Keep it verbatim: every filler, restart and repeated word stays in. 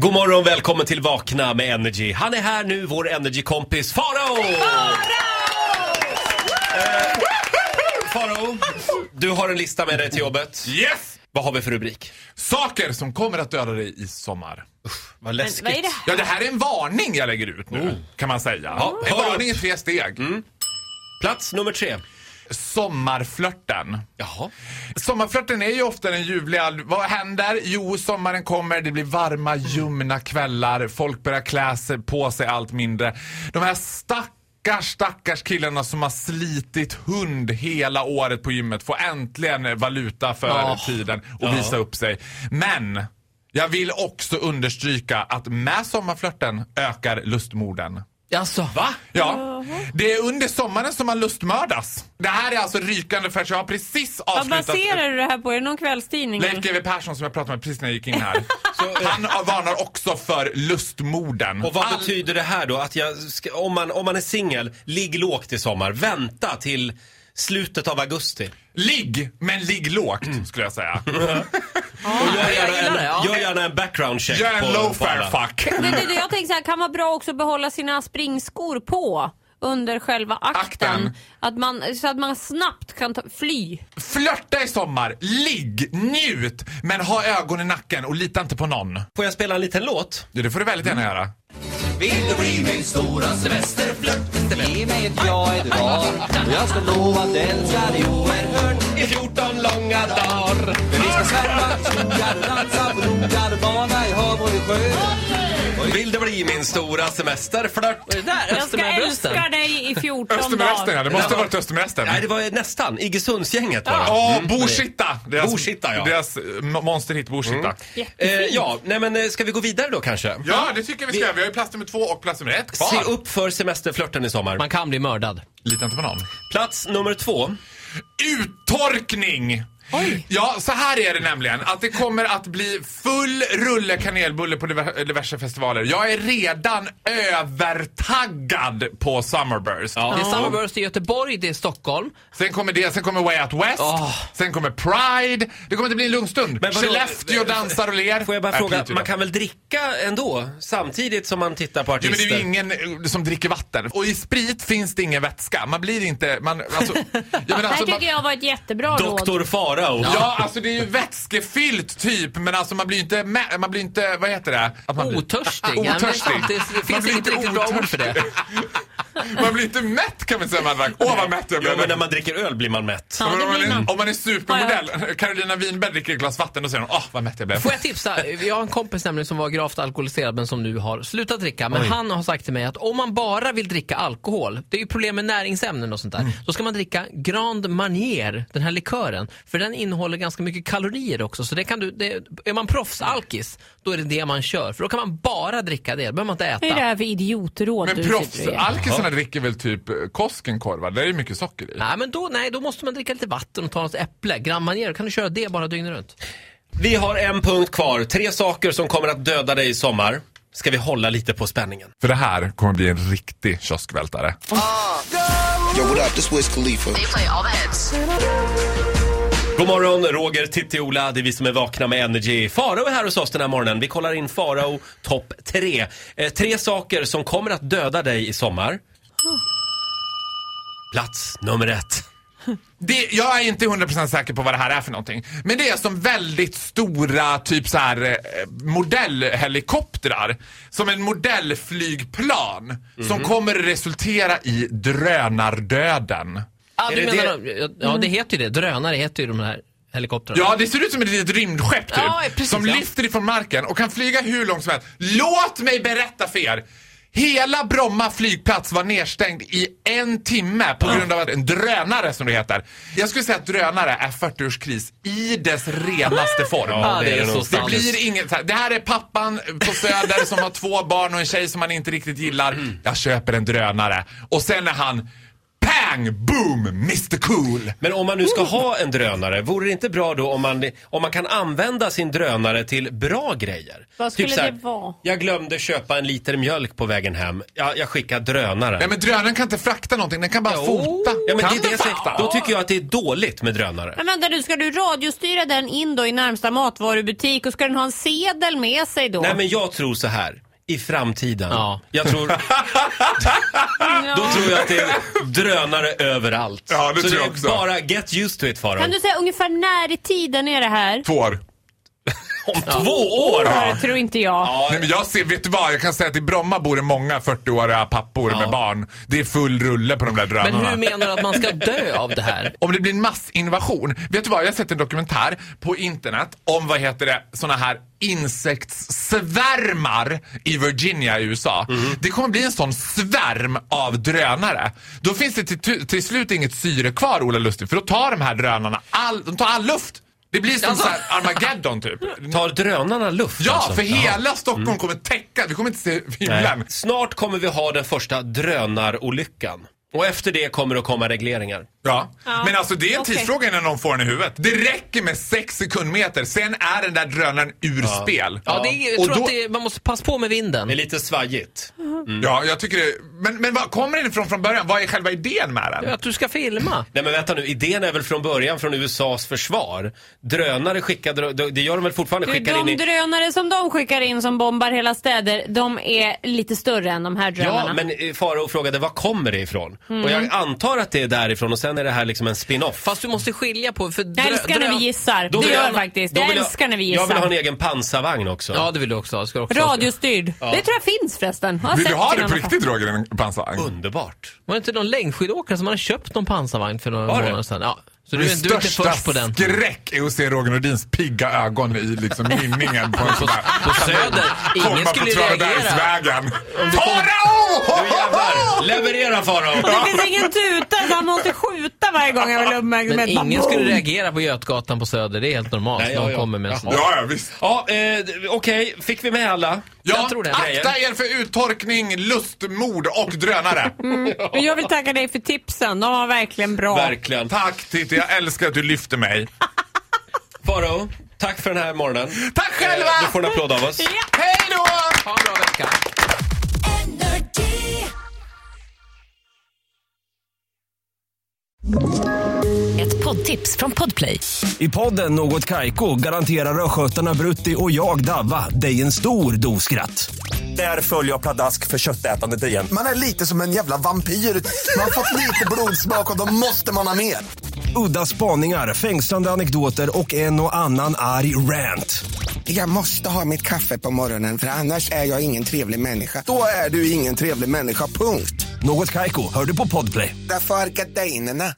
God morgon, välkommen till Vakna med Energy. Han är här nu, vår Energy-kompis Farao! Farao, du har en lista med dig till jobbet. Yes! Vad har vi för rubrik? Saker som kommer att döda dig i sommar. Usch, vad läskigt. Men, vad är det här? Ja, det här är en varning jag lägger ut nu, Mm. kan man säga. Ja, en hör varning i upp. tre steg. Mm. Plats nummer tre. Sommarflörten. Jaha. Sommarflörten är ju ofta den ljuvliga. Vad händer? Jo, sommaren kommer, det blir varma, ljumna kvällar. Folk börjar klä sig på sig allt mindre. De här stackars, stackars killarna som har slitit hund hela året på gymmet får äntligen valuta för Ja. tiden och Ja. visa upp sig. Men jag vill också understryka att med sommarflörten ökar lustmorden. Alltså, Va? Ja, det är under sommaren som man lustmördas. Det här är alltså rykande färskt. Jag har precis Vad avslutat... baserar du det här på? Är det någon kvällstidning? Leif G W Persson som jag pratade med precis när jag gick in här. Så, han varnar också för lustmorden. Och vad All... betyder det här då? Att jag ska, om, man, om man är singel, ligg lågt i sommar. Vänta till slutet av augusti. Ligg, men ligg lågt, skulle jag säga. Och gör jag gillar gärna det, ja. en, gör gärna en background check. Gör en på- low på fare alla. fuck. Men det, det, jag tänkte så här, kan vara bra också att behålla sina springskor på under själva akten. Akten. Att man, så att man snabbt kan ta, fly. Flörta i sommar, ligg, njut, men ha ögon i nacken och lita inte på någon. Får jag spela en liten låt? Ja, det får du väldigt gärna göra. Vill du bli min stora semesterflört? Ge mig ett ja idag. Och jag ska lova att älska dig oerhört. I fjorton långa dagar. Vi ska svärma, skogar, dansa på logar, bana i hav och i sjö. Vill det bli min stora semesterflört? vad är det där? Jag ska Östermalmsbrösten. älska dig i fjorton Östermästaren, ja, dagar. det måste ha varit Östermästaren. Nej, det var nästan. Iggesundsgänget var det. Åh, Borsitta! Deras, Borsitta, ja. Deras mm. monsterhit Borsitta. Eh, ja, nej men eh, ska vi gå vidare då kanske? Ja, det tycker jag vi ska. Vi har ju plats nummer två och plats nummer ett kvar. Se upp för semesterflörten i sommar. Man kan bli mördad. Lita inte på någon. Plats nummer två. Uttorkning! Oj. Ja, så här är det nämligen. Att det kommer att bli full rulle kanelbulle på diver- diverse festivaler. Jag är redan övertaggad på Summerburst. Ja. Det är Summerburst i Göteborg, det är Stockholm. Sen kommer det, sen kommer Way Out West. Oh. Sen kommer Pride. Det kommer att bli en lugn stund. Men vadå? Skellefteå dansar och ler. Får jag bara Äh, fråga, skit i man det. kan väl dricka ändå samtidigt som man tittar på Ja, artister? men det är ju ingen eh, som dricker vatten. Och i sprit finns det ingen vätska. Man blir inte... Man, alltså, ja, men Det här alltså, man, tycker jag var ett jättebra råd. Doktor Farao. ja, alltså det är ju vätskefyllt typ. Men alltså man blir inte... Mä, man blir inte... Vad heter det? Att man blir, Otörstig. Ja, men det är Otörstig. sant. Det- det Man finns blir inget inte riktigt bra ord för det. Man blir inte mätt kan man säga. Man drack. Åh vad mätt jag Jo, blev. men när man dricker öl blir man mätt. Ja, Men det om, man blir är, man. om man är supermodell, Carolina Winberg dricker ett glas vatten och säger hon, åh vad mätt jag blev. Får jag tipsa? Jag har en kompis nämligen som var gravt alkoholiserad men som nu har slutat dricka. Men Oj. han har sagt till mig att om man bara vill dricka alkohol, det är ju problem med näringsämnen och sånt där, då ska man dricka Grand Marnier, den här likören. För den innehåller ganska mycket kalorier också. Så det kan du, det, är man proffsalkis, då är det det man kör. För då kan man bara dricka det, då behöver man inte äta. Vad är det här för idiotråd Men du sitter och ger? proffsalkisarna dricker väl typ eh, Koskenkorva? Det är ju mycket socker i. Nej, men då, nej, då måste man dricka lite vatten och ta något äpple. Grand Marnier, kan du köra det bara dygnet runt? Vi har en punkt kvar. Tre saker som kommer att döda dig i sommar. Ska vi hålla lite på spänningen? För det här kommer bli en riktig kioskvältare. Yo, what up? This Wiz Khalifa. They play all the hits. God morgon, Roger, Titti, Ola. Det är vi som är vakna med Energy. Farao är här hos oss den här morgonen. Vi kollar in Farao topp tre. Eh, tre saker som kommer att döda dig i sommar. Plats nummer ett. Det, jag är inte hundra procent säker på vad det här är för någonting. Men det är som väldigt stora typ så här eh, modellhelikoptrar. Som en modellflygplan. Mhm. Som kommer resultera i drönardöden. Ja, Är du det menar, det? Ja, det heter ju det. Drönare heter ju de här helikoptrarna. Ja, det ser ut som ett litet rymdskepp typ. Ja, precis, som ja. lyfter ifrån marken och kan flyga hur långt som helst. Låt mig berätta för er. Hela Bromma flygplats var nedstängd i en timme på grund av en drönare som det heter. Jag skulle säga att drönare är fyrtioårskris i dess renaste form. Ja, det är så nog Det sant. blir inget så här. Det här är pappan på Söder som har två barn och en tjej som han inte riktigt gillar. Jag köper en drönare. Och sen är han Bang, boom, mister Cool. Men om man nu ska ha en drönare, vore det inte bra då om man, om man kan använda sin drönare till bra grejer? Vad skulle typ så här, det vara? Jag glömde köpa en liter mjölk på vägen hem. Jag, jag skickar drönaren. Ja, men drönaren kan inte frakta någonting, den kan bara Jo. fota. Ja, men kan det är det jag frakta? säger. Då tycker jag att det är dåligt med drönare. Men vänta nu, ska du radiostyra den in då i närmsta matvarubutik och ska den ha en sedel med sig då? Nej, men jag tror så här. I framtiden. Ja. Jag tror... Då tror jag att det är drönare överallt. Ja, det så tror det jag är också. bara get used to it, Farao. Kan du säga ungefär när i tiden är det här? Två år. Om två år? Det tror inte jag. Ja. Nej, men jag ser, vet du vad, jag kan säga att i Bromma bor det många fyrtioåriga pappor Ja. med barn. Det är full rulle på de där drönarna. Men hur menar du att man ska dö av det här? Om det blir en massinvasion. Vet du vad, jag har sett en dokumentär på internet om, vad heter det, såna här insektssvärmar i Virginia i U S A. Mm. Det kommer bli en sån svärm av drönare. Då finns det till, till slut inget syre kvar, Ola Lustig, för då tar de här drönarna all, de tar all luft. Det blir som Alltså. så här Armageddon typ. Tar drönarna luft? Ja, alltså? för hela Stockholm kommer täcka. Vi kommer inte se himlen. Nej. Snart kommer vi ha den första drönarolyckan. Och efter det kommer det att komma regleringar. Ja. Ja. Men alltså det är en Okej. tidsfråga innan någon får den i huvudet. Det räcker med sex sekundmeter. Sen är den där drönaren ur spel. Ja, det är, jag Och tror då- att det, man måste passa på med vinden. Det är lite svajigt. Ja, jag tycker det. Men, men vad kommer den ifrån från början? Vad är själva idén med den? Att du ska filma. Nej, men vänta nu, idén är väl från början från U S A:s försvar. Drönare skickade, det gör de väl fortfarande, Du, skickar de in i... drönare som de skickar in som bombar hela städer, de är lite större än de här drönarna. Ja, men eh, Farao frågade, var kommer det ifrån? Mm. Och jag antar att det är därifrån och sen är det här liksom en spin-off. Fast du måste skilja på... För Jag älskar när vi gissar. Då Det vill gör jag- jag faktiskt. då Jag vill älskar när vi Jag vill ha en gissar. egen pansarvagn också. Ja, det vill du också ha. Ska du också Radiostyrd. Det tror jag finns förresten. Jag har Vill du sett ha i det någon på affär. riktigt, Roger, en pansarvagn? Underbart. Var det inte någon längdskidåkare som hade köpt någon pansarvagn för några Var det? månader sedan? Ja. Så du, Min du är inte största först på den. skräck är att se Roger Nordins pigga ögon i liksom mynningen på en sån där. På Söder. Ingen Komma skulle på reagera. Travebergsvägen. Nu Farao! jävlar, leverera Farao. Det finns ingen tuta så han måste skjuta varje gång jag vill uppmärksamhet. Men ingen skulle reagera på Götgatan på Söder. Det är helt normalt. Nej, ja, Någon ja. kommer med en sån. Ja, ja, visst. Ja, eh, okej, fick vi med alla? Ja, Jag tror det. akta er för uttorkning, lustmord och drönare. Men jag vill tacka dig för tipsen. De var verkligen bra. Verkligen. Tack Titti, jag älskar att du lyfter mig. Farao, tack för den här morgonen. Tack själva! Eh, Du får en applåd av oss. Hej då! Ha en bra vecka. Ett poddtips från Podplay. I podden Något Kaiko garanterar östgötarna Brutti och jag Davva dig en stor dos skratt. Där följer jag pladask för köttätandet igen. Man är lite som en jävla vampyr. Man har fått lite blodsmak och då måste man ha mer. Udda spaningar, fängslande anekdoter och en och annan arg rant. Jag måste ha mitt kaffe på morgonen för annars är jag ingen trevlig människa. Då är du ingen trevlig människa, punkt. Något Kaiko, hör du på Podplay. Därför är gardinerna.